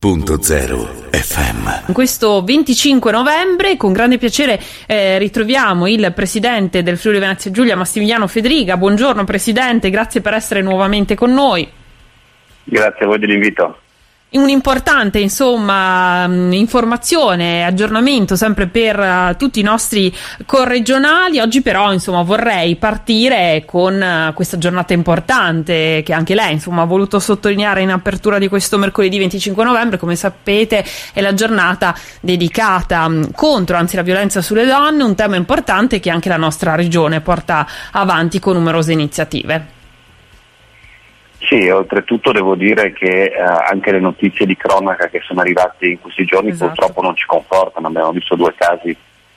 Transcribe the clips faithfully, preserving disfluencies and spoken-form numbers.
punto zero effe emme. In questo venticinque novembre con grande piacere eh, ritroviamo il presidente del Friuli Venezia Giulia, Massimiliano Fedriga. Buongiorno Presidente, grazie per essere nuovamente con noi. Grazie a voi dell'invito. Un'importante insomma informazione, aggiornamento sempre per uh, tutti i nostri corregionali. Oggi però insomma vorrei partire con uh, questa giornata importante che anche lei insomma ha voluto sottolineare in apertura di questo mercoledì venticinque novembre. Come sapete è la giornata dedicata um, contro anzi la violenza sulle donne, un tema importante che anche la nostra regione porta avanti con numerose iniziative. Sì, oltretutto devo dire che eh, anche le notizie di cronaca che sono arrivate in questi giorni esatto. purtroppo non ci confortano. Abbiamo visto due casi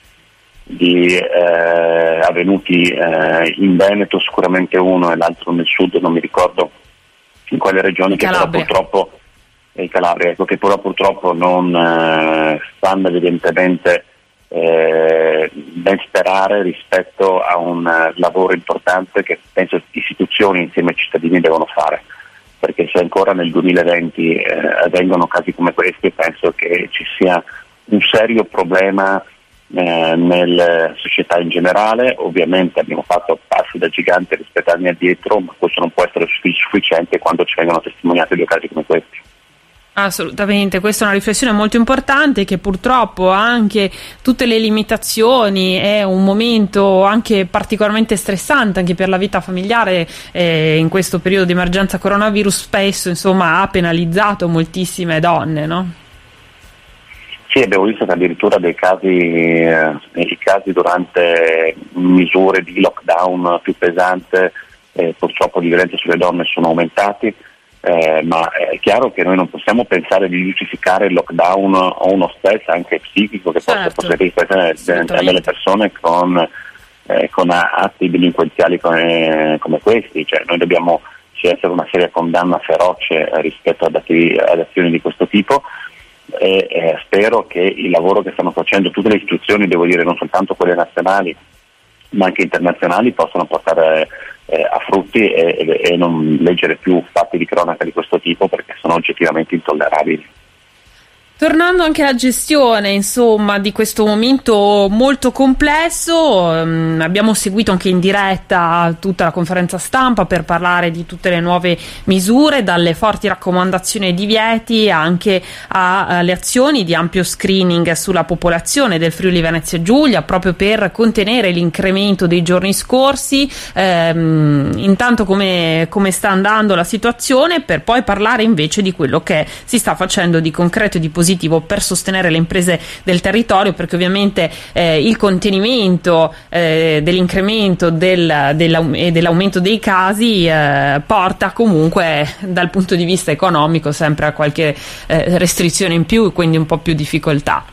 di, eh, avvenuti eh, in Veneto, sicuramente uno e l'altro nel sud, non mi ricordo in quale regione, che però purtroppo in Calabria, ecco, che però purtroppo non eh, stanno evidentemente eh, ben sperare rispetto a un uh, lavoro importante che penso istituzioni insieme ai cittadini devono fare, perché se ancora nel duemilaventi eh, avvengono casi come questi penso che ci sia un serio problema eh, nella società in generale. Ovviamente abbiamo fatto passi da gigante rispetto a anni addietro, ma questo non può essere sufficiente quando ci vengono testimoniati due casi come questi. Assolutamente, questa è una riflessione molto importante, che purtroppo anche tutte le limitazioni è un momento anche particolarmente stressante anche per la vita familiare eh, in questo periodo di emergenza coronavirus spesso insomma ha penalizzato moltissime donne, no? Sì, abbiamo visto che addirittura dei casi, eh, i casi durante misure di lockdown più pesante eh, purtroppo di violenza sulle donne sono aumentati. Eh, ma è chiaro che noi non possiamo pensare di giustificare il lockdown o uno stress anche psichico che certo. possa portare delle persone con, eh, con atti delinquenziali come, come questi. Cioè, noi dobbiamo ci essere una seria condanna feroce rispetto ad, atti, ad azioni di questo tipo e eh, spero che il lavoro che stanno facendo tutte le istituzioni, devo dire non soltanto quelle nazionali ma anche internazionali, possano portare Eh, a frutti e, e, e non leggere più fatti di cronaca di questo tipo, perché sono oggettivamente intollerabili. Tornando anche alla gestione insomma di questo momento molto complesso, ehm, abbiamo seguito anche in diretta tutta la conferenza stampa per parlare di tutte le nuove misure, dalle forti raccomandazioni e divieti anche alle azioni di ampio screening sulla popolazione del Friuli Venezia Giulia, proprio per contenere l'incremento dei giorni scorsi. Ehm, intanto come, come sta andando la situazione, per poi parlare invece di quello che si sta facendo di concreto e di positivo per sostenere le imprese del territorio, perché ovviamente eh, il contenimento eh, dell'incremento del, dell'aum- e dell'aumento dei casi eh, porta comunque dal punto di vista economico sempre a qualche eh, restrizione in più, quindi un po' più difficoltà.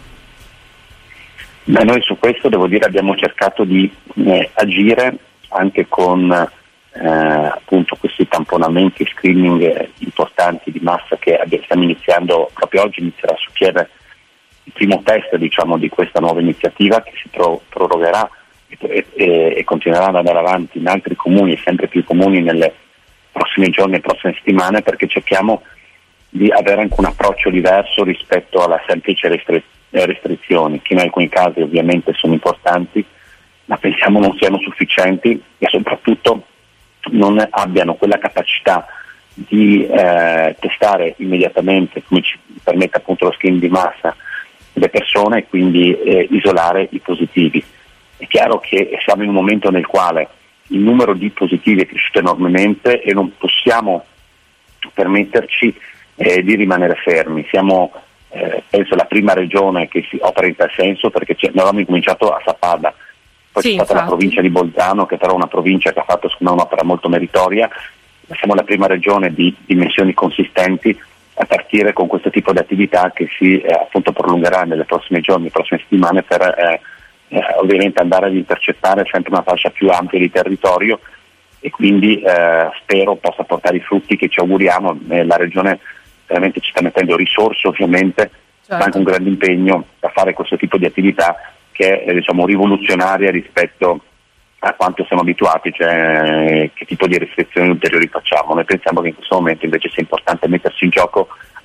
Beh, noi su questo devo dire abbiamo cercato di eh, agire anche con Eh, appunto questi tamponamenti e screening eh, importanti di massa che abbiamo, stiamo iniziando proprio oggi. Inizierà su Chieve il primo test diciamo di questa nuova iniziativa che si pro- prorogherà e, e, e continuerà ad andare avanti in altri comuni e sempre più comuni nelle prossimi giorni e prossime settimane, perché cerchiamo di avere anche un approccio diverso rispetto alla semplice restri- restrizioni che in alcuni casi ovviamente sono importanti, ma pensiamo non siano sufficienti e soprattutto non abbiano quella capacità di eh, testare immediatamente, come ci permette appunto lo screening di massa, le persone e quindi eh, isolare i positivi. È chiaro che siamo in un momento nel quale il numero di positivi è cresciuto enormemente e non possiamo permetterci eh, di rimanere fermi. Siamo eh, penso la prima regione che si opera in tal senso, perché noi avevamo incominciato a Sappada. Poi sì, c'è stata infatti. La provincia di Bolzano, che però è una provincia che ha fatto secondo me un'opera molto meritoria. Siamo la prima regione di dimensioni consistenti a partire con questo tipo di attività che si eh, appunto prolungherà nelle prossime giorni, nelle prossime settimane, per eh, eh, ovviamente andare ad intercettare sempre una fascia più ampia di territorio e quindi eh, spero possa portare i frutti che ci auguriamo. Eh, la regione veramente ci sta mettendo risorse ovviamente, certo. ma anche un grande impegno a fare questo tipo di attività che è diciamo rivoluzionaria rispetto a quanto siamo abituati, cioè che tipo di restrizioni ulteriori facciamo. Noi pensiamo che in questo momento invece sia importante mettersi in gioco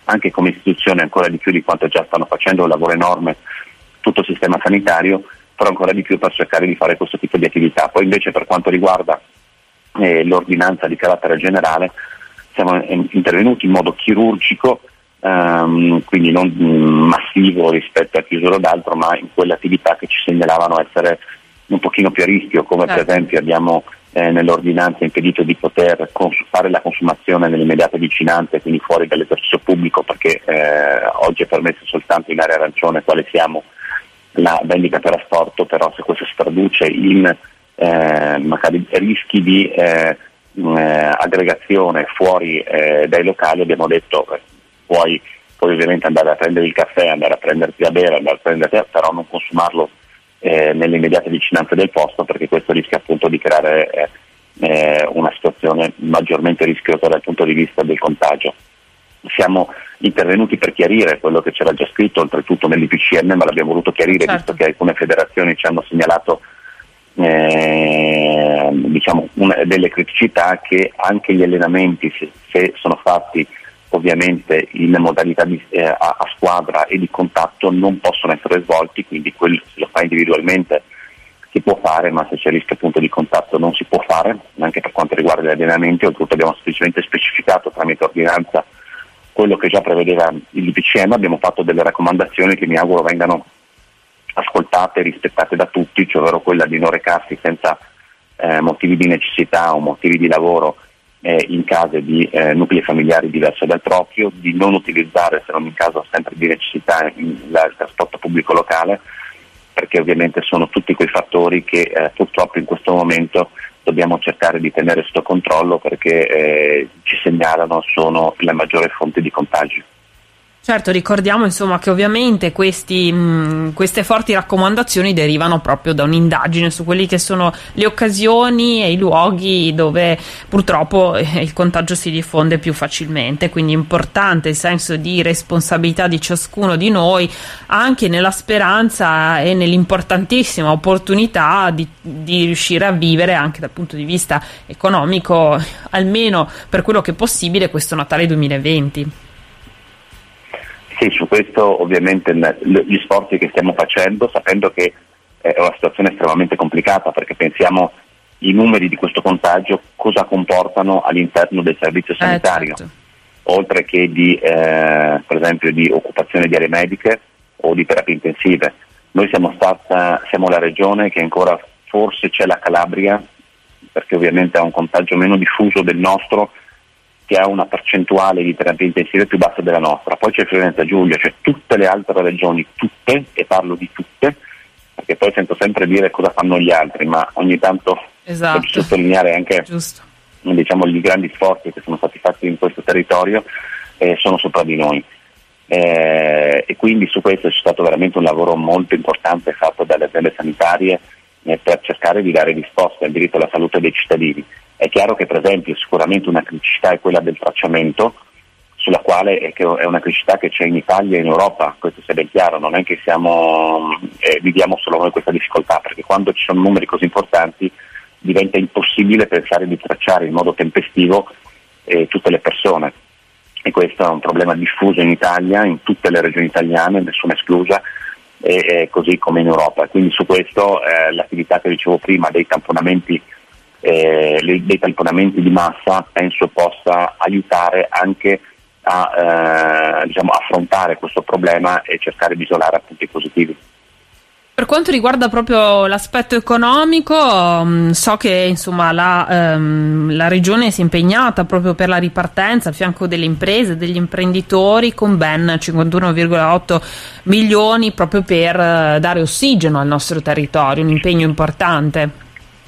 anche come istituzione ancora di più di quanto già stanno facendo, un lavoro enorme tutto il sistema sanitario, però ancora di più per cercare di fare questo tipo di attività. Poi invece per quanto riguarda eh, l'ordinanza di carattere generale, siamo intervenuti in modo chirurgico, ehm, quindi non mh, massivo rispetto a chiusura d'altro, ma in quelle attività che ci segnalavano essere un pochino più a rischio, come certo. per esempio abbiamo eh, nell'ordinanza impedito di poter cons- fare la consumazione nell'immediata vicinanza, quindi fuori dall'esercizio pubblico, perché eh, oggi è permesso soltanto in area arancione, quale siamo, la vendita per asporto, però se questo si traduce in eh, magari rischi di eh, eh, aggregazione fuori eh, dai locali, abbiamo detto eh, puoi, puoi ovviamente andare a prendere il caffè, andare a prenderti a bere, andare a prenderti a, però non consumarlo eh, nelle immediate vicinanze del posto, perché questo rischia appunto di creare eh, eh, una situazione maggiormente rischiosa dal punto di vista del contagio. Siamo intervenuti per chiarire quello che c'era già scritto oltretutto nell'I P C M, ma l'abbiamo voluto chiarire, certo. Visto che alcune federazioni ci hanno segnalato eh, diciamo una, delle criticità, che anche gli allenamenti, se, se sono fatti ovviamente in modalità di, eh, a, a squadra e di contatto, non possono essere svolti, quindi quello, se lo fa individualmente si può fare, ma se c'è rischio appunto di contatto non si può fare, anche per quanto riguarda gli allenamenti. Oltretutto abbiamo semplicemente specificato tramite ordinanza quello che già prevedeva il D P C M, abbiamo fatto delle raccomandazioni che mi auguro vengano ascoltate e rispettate da tutti, cioè ovvero quella di non recarsi senza eh, motivi di necessità o motivi di lavoro eh, in case di eh, nuclei familiari diversi dal proprio, di non utilizzare, se non in caso sempre di necessità, il, il trasporto pubblico locale, perché ovviamente sono tutti quei fattori che eh, purtroppo in questo momento dobbiamo cercare di tenere sotto controllo, perché eh, ci segnalano sono la maggiore fonte di contagio. Certo, ricordiamo insomma che ovviamente questi, mh, queste forti raccomandazioni derivano proprio da un'indagine su quelli che sono le occasioni e i luoghi dove purtroppo eh, il contagio si diffonde più facilmente, quindi è importante il senso di responsabilità di ciascuno di noi, anche nella speranza e nell'importantissima opportunità di, di riuscire a vivere anche dal punto di vista economico, almeno per quello che è possibile, questo Natale duemilaventi. Sì, su questo ovviamente gli sforzi che stiamo facendo, sapendo che è una situazione estremamente complicata, perché pensiamo i numeri di questo contagio cosa comportano all'interno del servizio sanitario, eh, certo. Oltre che di eh, per esempio di occupazione di aree mediche o di terapie intensive. Noi siamo stata, siamo la regione che ancora, forse c'è la Calabria, perché ovviamente ha un contagio meno diffuso del nostro, che ha una percentuale di terapie intensive più bassa della nostra. Poi c'è Friuli-Venezia Giulia, cioè tutte le altre regioni, tutte, e parlo di tutte, perché poi sento sempre dire cosa fanno gli altri, ma ogni tanto esatto. devo sottolineare anche diciamo, gli grandi sforzi che sono stati fatti in questo territorio eh, sono sopra di noi. Eh, e quindi su questo c'è stato veramente un lavoro molto importante fatto dalle aziende sanitarie eh, per cercare di dare risposte al diritto alla salute dei cittadini. È chiaro che per esempio sicuramente una criticità è quella del tracciamento, sulla quale è, che è una criticità che c'è in Italia e in Europa, questo sia ben chiaro, non è che siamo eh, viviamo solo noi questa difficoltà, perché quando ci sono numeri così importanti diventa impossibile pensare di tracciare in modo tempestivo eh, tutte le persone, e questo è un problema diffuso in Italia, in tutte le regioni italiane, nessuna esclusa, e, e così come in Europa. Quindi su questo eh, l'attività che dicevo prima dei tamponamenti Eh, dei tamponamenti di massa penso possa aiutare anche a eh, diciamo, affrontare questo problema e cercare di isolare appunto i positivi. Per quanto riguarda proprio l'aspetto economico, mh, so che insomma la, ehm, la regione si è impegnata proprio per la ripartenza al fianco delle imprese, degli imprenditori, con ben cinquantuno virgola otto milioni proprio per eh, dare ossigeno al nostro territorio, un impegno importante.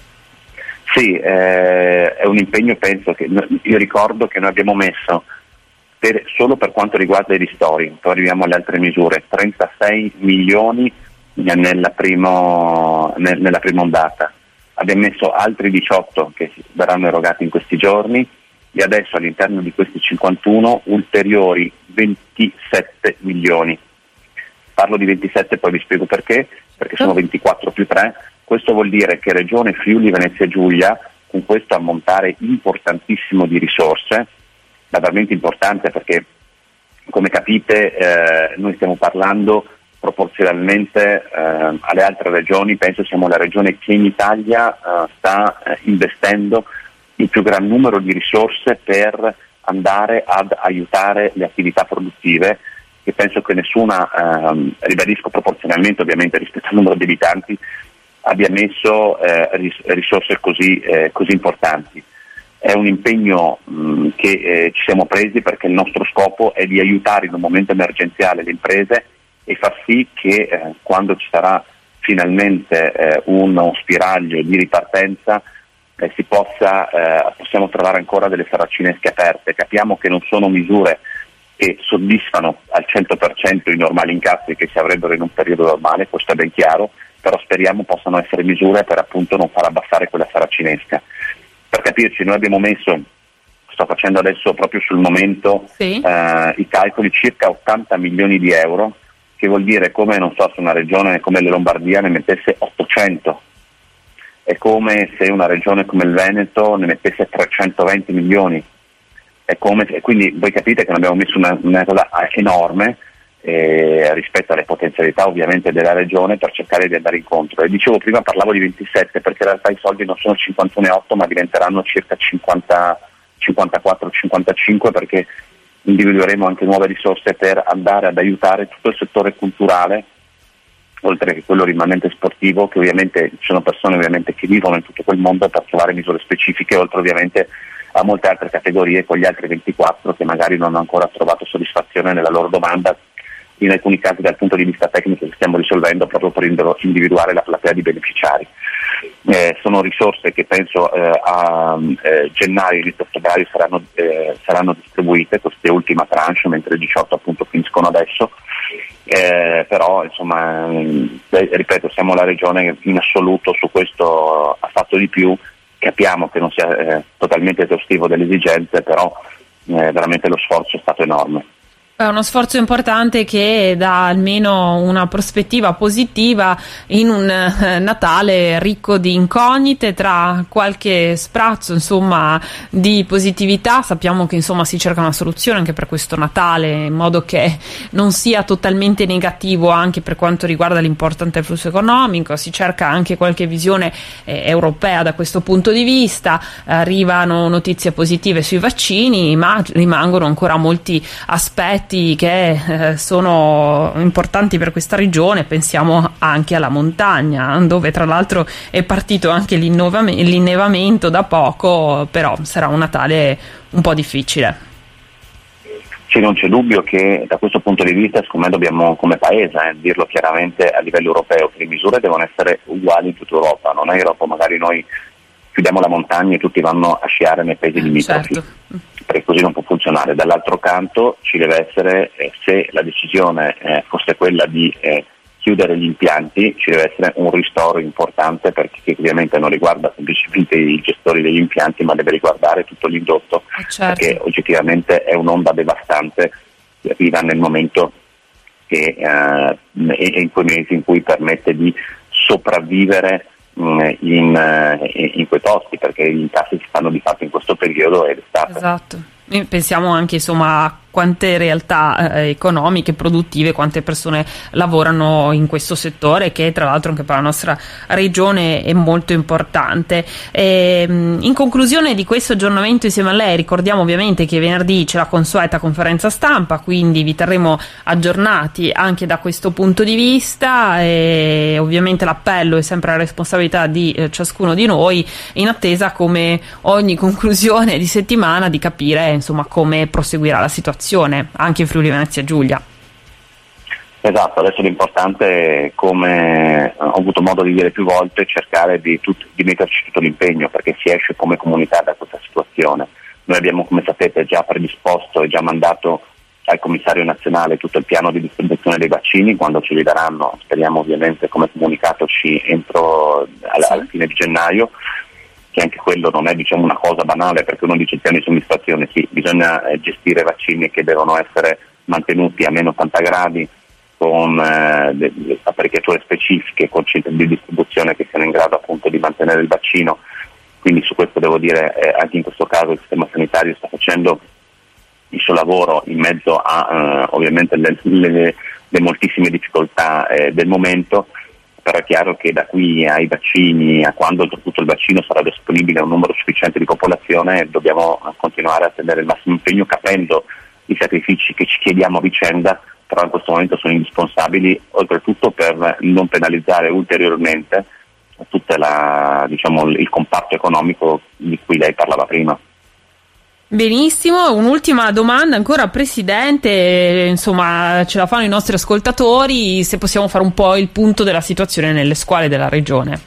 Sì, eh, è un impegno, penso che io ricordo che noi abbiamo messo per, solo per quanto riguarda i ristori, poi arriviamo alle altre misure, trentasei milioni nella, primo, nel, nella prima ondata, abbiamo messo altri diciotto che verranno erogati in questi giorni, e adesso all'interno di questi cinquantuno ulteriori ventisette milioni. Parlo di ventisette, poi vi spiego perché, perché sono ventiquattro più tre. Questo vuol dire che Regione Friuli-Venezia Giulia, con questo ammontare importantissimo di risorse, ma veramente importante, perché come capite eh, noi stiamo parlando proporzionalmente eh, alle altre regioni, penso siamo la regione che in Italia eh, sta eh, investendo il più gran numero di risorse per andare ad aiutare le attività produttive, che penso che nessuna, ehm, ribadisco proporzionalmente ovviamente rispetto al numero di abitanti, abbia messo eh, ris- risorse così, eh, così importanti. È un impegno mh, che eh, ci siamo presi perché il nostro scopo è di aiutare in un momento emergenziale le imprese e far sì che eh, quando ci sarà finalmente eh, uno spiraglio di ripartenza eh, si possa, eh, possiamo trovare ancora delle saracinesche aperte. Capiamo che non sono misure che soddisfano al cento per cento i normali incassi che si avrebbero in un periodo normale, questo è ben chiaro, però speriamo possano essere misure per appunto non far abbassare quella saracinesca. Per capirci, noi abbiamo messo, sto facendo adesso proprio sul momento, sì. eh, i calcoli, circa ottanta milioni di euro, che vuol dire come, non so, se una regione come la Lombardia ne mettesse ottocento, è come se una regione come il Veneto ne mettesse trecentoventi milioni, è come se, quindi voi capite che ne abbiamo messo una, una cosa enorme eh, rispetto alle potenzialità ovviamente della regione per cercare di andare incontro. E dicevo prima, parlavo di ventisette perché in realtà i soldi non sono cinquantuno virgola otto ma diventeranno circa cinquanta, cinquantaquattro cinquantacinque, perché individueremo anche nuove risorse per andare ad aiutare tutto il settore culturale, oltre che quello rimanente sportivo, che ovviamente ci sono persone ovviamente che vivono in tutto quel mondo, per trovare misure specifiche, oltre ovviamente a molte altre categorie, con gli altri ventiquattro che magari non hanno ancora trovato soddisfazione nella loro domanda, in alcuni casi dal punto di vista tecnico che stiamo risolvendo proprio per individuare la platea di beneficiari. Eh, sono risorse che penso eh, a eh, gennaio, inizio febbraio saranno, eh, saranno distribuite, queste ultima tranche, mentre le diciotto appunto finiscono adesso, eh, però insomma eh, ripeto, siamo la regione che in assoluto su questo ha fatto di più. Capiamo che non sia eh, totalmente esaustivo delle esigenze, però eh, veramente lo sforzo è stato enorme. È uno sforzo importante che dà almeno una prospettiva positiva in un eh, Natale ricco di incognite, tra qualche sprazzo insomma di positività. Sappiamo che insomma si cerca una soluzione anche per questo Natale, in modo che non sia totalmente negativo anche per quanto riguarda l'importante flusso economico. Si cerca anche qualche visione eh, europea da questo punto di vista. Arrivano notizie positive sui vaccini, ma rimangono ancora molti aspetti che eh, sono importanti per questa regione. Pensiamo anche alla montagna, dove tra l'altro è partito anche l'innevamento da poco, però sarà un Natale un po' difficile. Sì, non c'è dubbio che da questo punto di vista, secondo me, dobbiamo come paese eh, dirlo chiaramente a livello europeo, che le misure devono essere uguali in tutta Europa. Non è Europa, magari noi chiudiamo la montagna e tutti vanno a sciare nei paesi limitrofi, certo, perché così non può funzionare. Dall'altro canto ci deve essere, eh, se la decisione eh, fosse quella di eh, chiudere gli impianti, ci deve essere un ristoro importante, perché che ovviamente non riguarda semplicemente i gestori degli impianti, ma deve riguardare tutto l'indotto, certo, perché oggettivamente è un'onda devastante che arriva nel momento che eh, in quei mesi in cui permette di sopravvivere In, in quei posti, perché gli incassi si fanno di fatto in questo periodo ed estate. Esatto. Pensiamo anche insomma a quante realtà eh, economiche, produttive, quante persone lavorano in questo settore, che tra l'altro anche per la nostra regione è molto importante. E, in conclusione di questo aggiornamento insieme a lei, ricordiamo ovviamente che venerdì c'è la consueta conferenza stampa, quindi vi terremo aggiornati anche da questo punto di vista, e ovviamente l'appello è sempre la responsabilità di eh, ciascuno di noi, in attesa, come ogni conclusione di settimana, di capire insomma come proseguirà la situazione anche in Friuli Venezia Giulia. Esatto, adesso l'importante, come ho avuto modo di dire più volte, è cercare di, tut- di metterci tutto l'impegno, perché si esce come comunità da questa situazione. Noi abbiamo, come sapete, già predisposto e già mandato al commissario nazionale tutto il piano di distribuzione dei vaccini. Quando ce li daranno, speriamo ovviamente, come comunicatoci entro alla, alla fine di gennaio, che anche quello non è, diciamo, una cosa banale, perché uno dice il piano di somministrazione, sì, bisogna eh, gestire vaccini che devono essere mantenuti a meno ottanta gradi, con eh, le, le apparecchiature specifiche, con centri di distribuzione che siano in grado appunto di mantenere il vaccino. Quindi su questo devo dire, eh, anche in questo caso il sistema sanitario sta facendo il suo lavoro in mezzo a eh, ovviamente le, le, le moltissime difficoltà eh, del momento, però è chiaro che da qui ai vaccini, a quando oltretutto il vaccino sarà disponibile a un numero sufficiente di popolazione, dobbiamo continuare a tenere il massimo impegno, capendo i sacrifici che ci chiediamo a vicenda, però in questo momento sono indispensabili, oltretutto per non penalizzare ulteriormente tutto diciamo, il comparto economico di cui lei parlava prima. Benissimo, un'ultima domanda ancora, Presidente, insomma ce la fanno i nostri ascoltatori, se possiamo fare un po' il punto della situazione nelle scuole della Regione.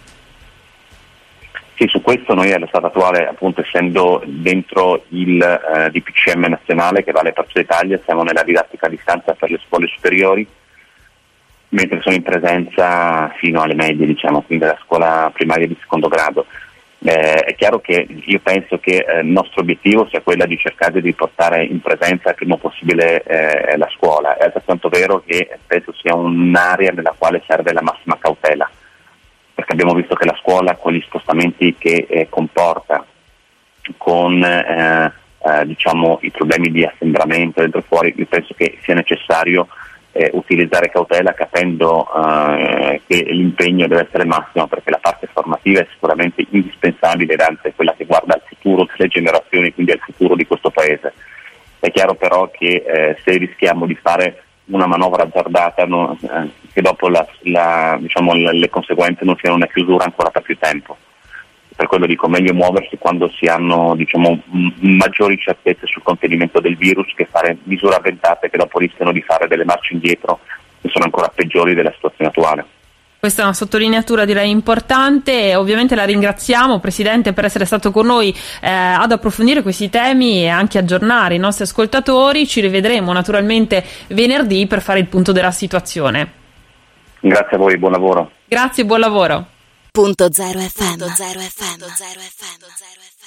Sì, su questo noi allo stato attuale, appunto essendo dentro il eh, D P C M nazionale che vale per tutta Italia, siamo nella didattica a distanza per le scuole superiori, mentre sono in presenza fino alle medie, diciamo, quindi alla scuola primaria di secondo grado. Eh, è chiaro che io penso che eh, il nostro obiettivo sia quello di cercare di portare in presenza il prima possibile eh, la scuola. È altrettanto vero che penso sia un'area nella quale serve la massima cautela, perché abbiamo visto che la scuola, con gli spostamenti che eh, comporta, con eh, eh, diciamo i problemi di assembramento dentro e fuori, io penso che sia necessario Eh, utilizzare cautela, capendo eh, che l'impegno deve essere massimo, perché la parte formativa è sicuramente indispensabile ed anche quella che guarda al futuro delle generazioni, quindi al futuro di questo paese. È chiaro però che eh, se rischiamo di fare una manovra azzardata, no, eh, che dopo la, la, diciamo, le, le conseguenze non siano una chiusura ancora per più tempo. Per quello dico, meglio muoversi quando si hanno diciamo, m- maggiori certezze sul contenimento del virus, che fare misure avventate che dopo rischiano di fare delle marce indietro che sono ancora peggiori della situazione attuale. Questa è una sottolineatura direi importante e ovviamente la ringraziamo, Presidente, per essere stato con noi eh, ad approfondire questi temi e anche aggiornare i nostri ascoltatori. Ci rivedremo naturalmente venerdì per fare il punto della situazione. Grazie a voi, buon lavoro. Grazie e buon lavoro. Punto zero F M. Punto zero F M.